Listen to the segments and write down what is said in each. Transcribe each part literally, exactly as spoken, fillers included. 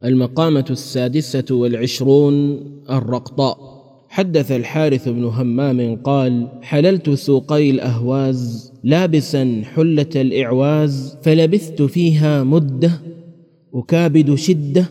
المقامة السادسة والعشرون: الرقطاء. حدث الحارث بن همام قال: حللت سوقي الأهواز لابسا حلة الإعواز، فلبثت فيها مدة أكابد شدة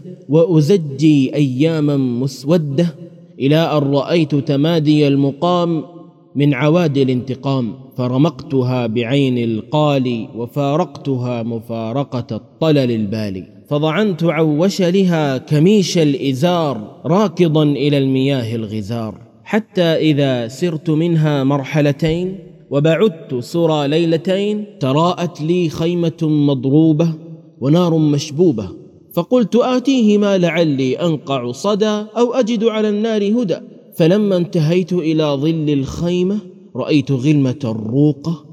وأزجي أياما مسودة، إلى أن رأيت تمادي المقام من عواد الانتقام، فرمقتها بعين القالي وفارقتها مفارقة الطلل البالي، فضعنت عن وشلها كميش الإزار راكضا إلى المياه الغزار، حتى إذا سرت منها مرحلتين وبعدت سرى ليلتين، تراءت لي خيمة مضروبة ونار مشبوبة، فقلت آتيهما لعلي أنقع صدى أو أجد على النار هدى، فلما انتهيت إلى ظل الخيمة رأيت غلمة روقة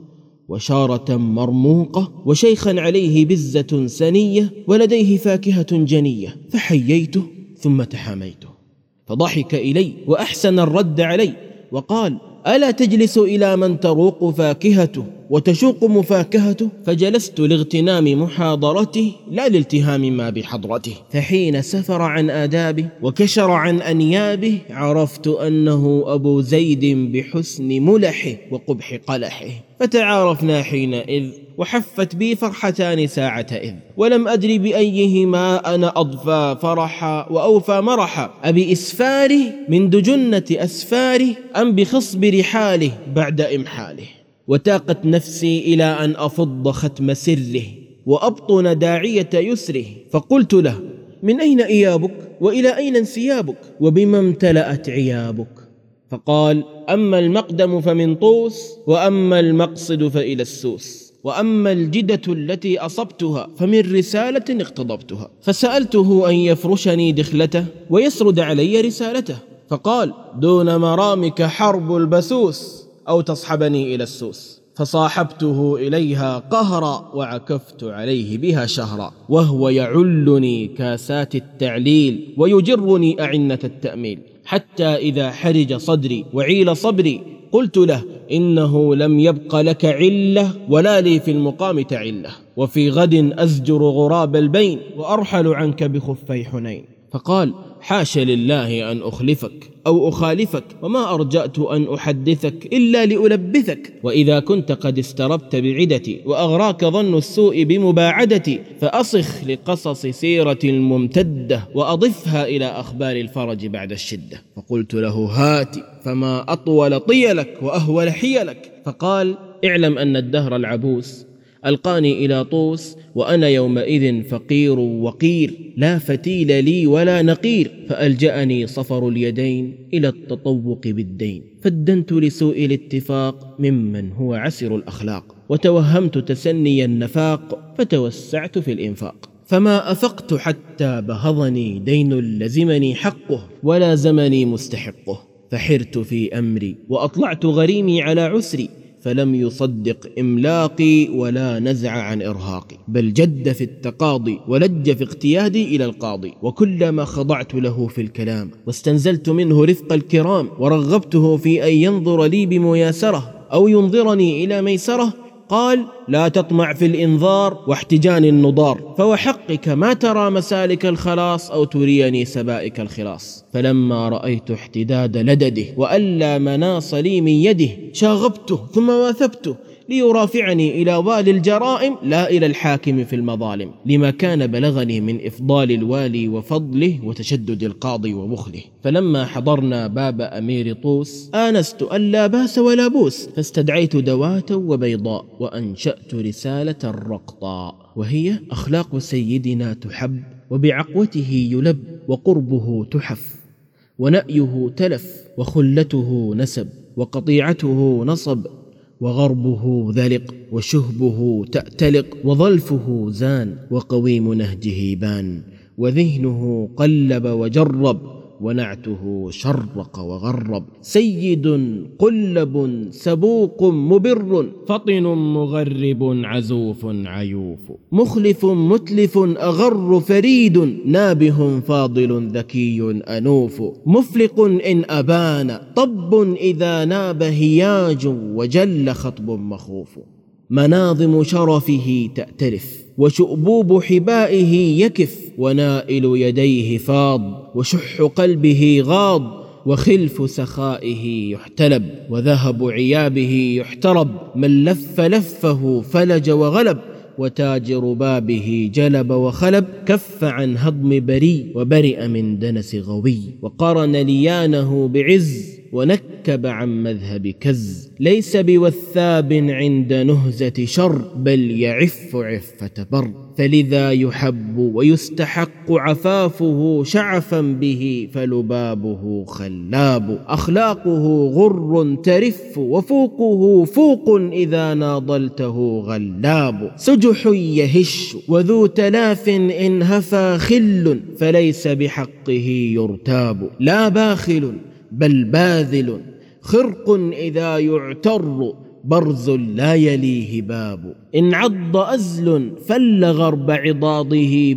وشارة مرموقة وشيخا عليه بزة سنية ولديه فاكهة جنية، فحييته ثم تحاميته، فضحك إلي وأحسن الرد علي وقال: ألا تجلس إلى من تروق فاكهته وتشوق مفاكهته؟ فجلست لاغتنام محاضرته لا لالتهام ما بحضرته، فحين سفر عن آدابه وكشر عن أنيابه عرفت أنه أبو زيد بحسن ملحه وقبح قلحه، فتعارفنا حينئذ وحفت بي فرحتان ساعة إذ، ولم أدري بأيهما أنا أضفى فرحا وأوفى مرحا، أبي إسفاره من دجنة أسفاره أم بخصب رحاله بعد إمحاله، وتاقت نفسي إلى أن أفض ختم سره وأبطن داعية يسره، فقلت له: من أين إيابك وإلى أين انسيابك وبما امتلأت عيابك؟ فقال: أما المقدم فمن طوس، وأما المقصد فإلى السوس، وأما الجدة التي أصبتها فمن رسالة اقتضبتها، فسألته أن يفرشني دخلته ويسرد علي رسالته، فقال: دون مرامك حرب البسوس أو تصحبني إلى السوس، فصاحبته إليها قهرا وعكفت عليه بها شهرا، وهو يعلني كاسات التعليل ويجرني أعنة التأميل، حتى إذا حرج صدري وعيل صبري قلت له: إنه لم يبق لك علة ولا لي في المقام تعلة، وفي غد أزجر غراب البين وأرحل عنك بخفي حنين. فقال: حاش لله أن أخلفك أو أخالفك، وما أرجأت أن أحدثك إلا لألبثك، وإذا كنت قد استربت بعدتي وأغراك ظن السوء بمباعدتي، فأصخ لقصص سيرة الممتدة وأضفها إلى أخبار الفرج بعد الشدة. فقلت له: هات، فما أطول طيلك وأهول حيلك. فقال: اعلم أن الدهر العبوس ألقاني إلى طوس، وأنا يومئذ فقير وقير، لا فتيل لي ولا نقير، فألجأني صفر اليدين إلى التطوق بالدين، فادنت لسوء الاتفاق ممن هو عسر الأخلاق، وتوهمت تسني النفاق فتوسعت في الإنفاق، فما أفقت حتى بهضني دين لزمني حقه ولا زمني مستحقه، فحرت في أمري وأطلعت غريمي على عسري، فلم يصدق إملاقي ولا نزع عن إرهاقي، بل جد في التقاضي ولج في اقتيادي إلى القاضي، وكلما خضعت له في الكلام واستنزلت منه رفق الكرام ورغبته في أن ينظر لي بمياسرة أو ينظرني إلى ميسرة، قال: لا تطمع في الإنظار واحتجان النضار، فوحقك ما ترى مسالك الخلاص أو تريني سبائك الخلاص. فلما رأيت احتداد لدده وألا مناص لي من يده شاغبته ثم واثبته ليرافعني إلى والي الجرائم لا إلى الحاكم في المظالم، لما كان بلغني من إفضال الوالي وفضله وتشدد القاضي وبخله. فلما حضرنا باب أمير طوس آنست أن لا باس ولا بوس، فاستدعيت دواة وبيضاء وأنشأت رسالة الرقطاء، وهي: أخلاق سيدنا تحب، وبعقوته يلب، وقربه تحف، ونأيه تلف، وخلته نسب، وقطيعته نصب، وغربه ذلق، وشهبه تأتلق، وظلفه زان، وقويم نهجه بان، وذهنه قلب وجرب، ونعته شرق وغرب، سيد قلب سبوق مبر، فطن مغرب عزوف عيوف، مخلف متلف أغر فريد، نابه فاضل ذكي أنوف، مفلق إن أبان طب إذا ناب هياج، وجل خطب مخوف، مناظم شرفه تأتلف، وشؤبوب حبائه يكف، ونائل يديه فاض، وشح قلبه غاض، وخلف سخائه يحتلب، وذهب عيابه يحترب. من لف لفه فلج وغلب، وتاج ربابه جلب وخلب. كف عن هضم بري، وبرئ من دنس غوي، وقرن ليانه بعز، ونكب عن مذهب كز. ليس بوثاب عند نهزة شر، بل يعف عفة بر. فلذا يحب ويستحق عفافه، شعفا به فلبابه خلاب. أخلاقه غر ترف، وفوقه فوق إذا ناضلته غلاب. سجح يهش، وذو تلاف إن هفى خل، فليس بحقه يرتاب. لا باخل بل باذل، خرق إذا يعتر، برز لا يليه باب. إن عض أزل فل غرب عضاضه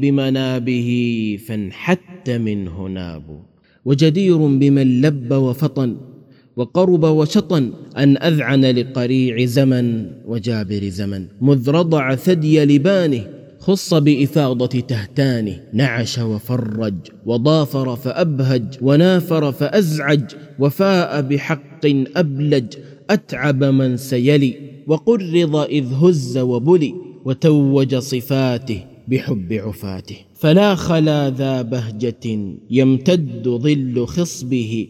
بمنابه، فانحت منه ناب. وجدير بمن لب وفطن، وقرب وشطن، أن أذعن لقريع زمن وجابر زمن. مذ رضع ثدي لبانه، خص بإفاضة تهتانه. نعش وفرج، وضافر فأبهج، ونافر فأزعج، وفاء بحق أبلج، أتعب من سيلي. وقرض إذ هز وبلي، وتوج صفاته بحب عفاته. فلا خلا ذا بهجة يمتد ظل خصبه،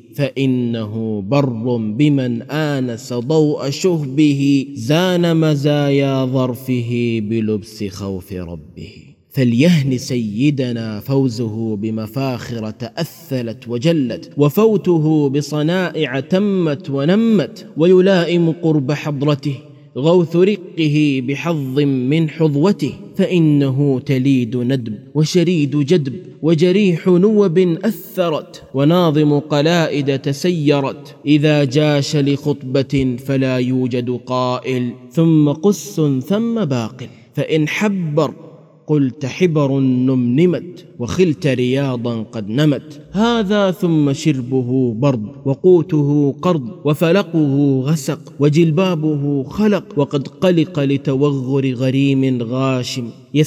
فإنه بر بمن آنس ضوء شهبه. زان مزايا ظرفه بلبس خوف ربه. فليهن سيدنا فوزه بمفاخر تأثلت وجلت، وفوته بصنائع تمت ونمت. ويلائم قرب حضرته غوث رقه بحظ من حظوته. فإنه تليد ندب، وشريد جدب، وجريح نوب أثرت، وناظم قلائد تسيرت. إذا جاش لخطبة فلا يوجد قائل، ثم قس ثم باقل. فإن حبر قلت حبر نمنمت، وخلت رياضا قد نمت. هذا ثم شربه برد، وقوته قرض، وفلقه غسق، وجلبابه خلق. وقد قلق لتوغر غريم غاشم،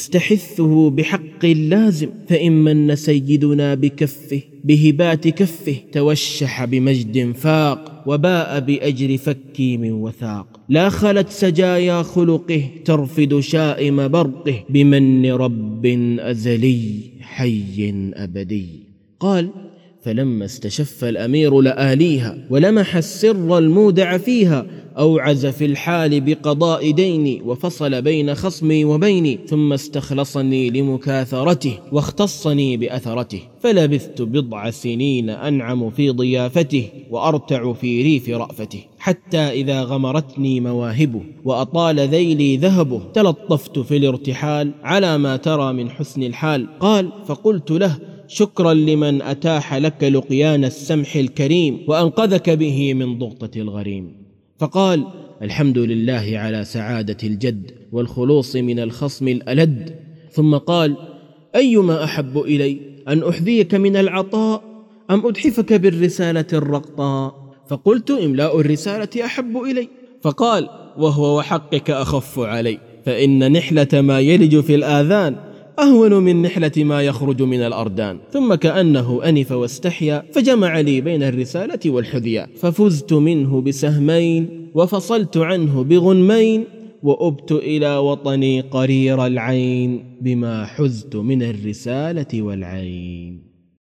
يستحثه بحق لازم. فإن من سيدنا بكفه بهبات كفه، توشح بمجد فاق، وباء بأجر فكي من وثاق. لا خلت سجايا خلقه ترفد شائم برقه، بمن رب أزلي حي أبدي. قال: فلما استشف الأمير لآليها، ولمح السر المودع فيها، أوعز في الحال بقضاء ديني، وفصل بين خصمي وبيني. ثم استخلصني لمكاثرته، واختصني بأثرته. فلبثت بضع سنين أنعم في ضيافته، وأرتع في ريف رأفته. حتى إذا غمرتني مواهبه، وأطال ذيلي ذهبه، تلطفت في الارتحال على ما ترى من حسن الحال. قال: فقلت له: شكرا لمن أتاح لك لقيان السمح الكريم، وأنقذك به من ضغطة الغريم. فقال: الحمد لله على سعادة الجد، والخلوص من الخصم الألد. ثم قال: أيما أحب إلي، أن أحذيك من العطاء، أم أدحفك بالرسالة الرقطاء؟ فقلت: إملاء الرسالة أحب إلي. فقال: وهو وحقك أخف علي، فإن نحلة ما يلج في الآذان أهون من نحلة ما يخرج من الأردان. ثم كأنه أنف واستحيا، فجمع لي بين الرسالة والحذيا. ففزت منه بسهمين، وفصلت عنه بغنمين، وأبت إلى وطني قرير العين، بما حزت من الرسالة والعين.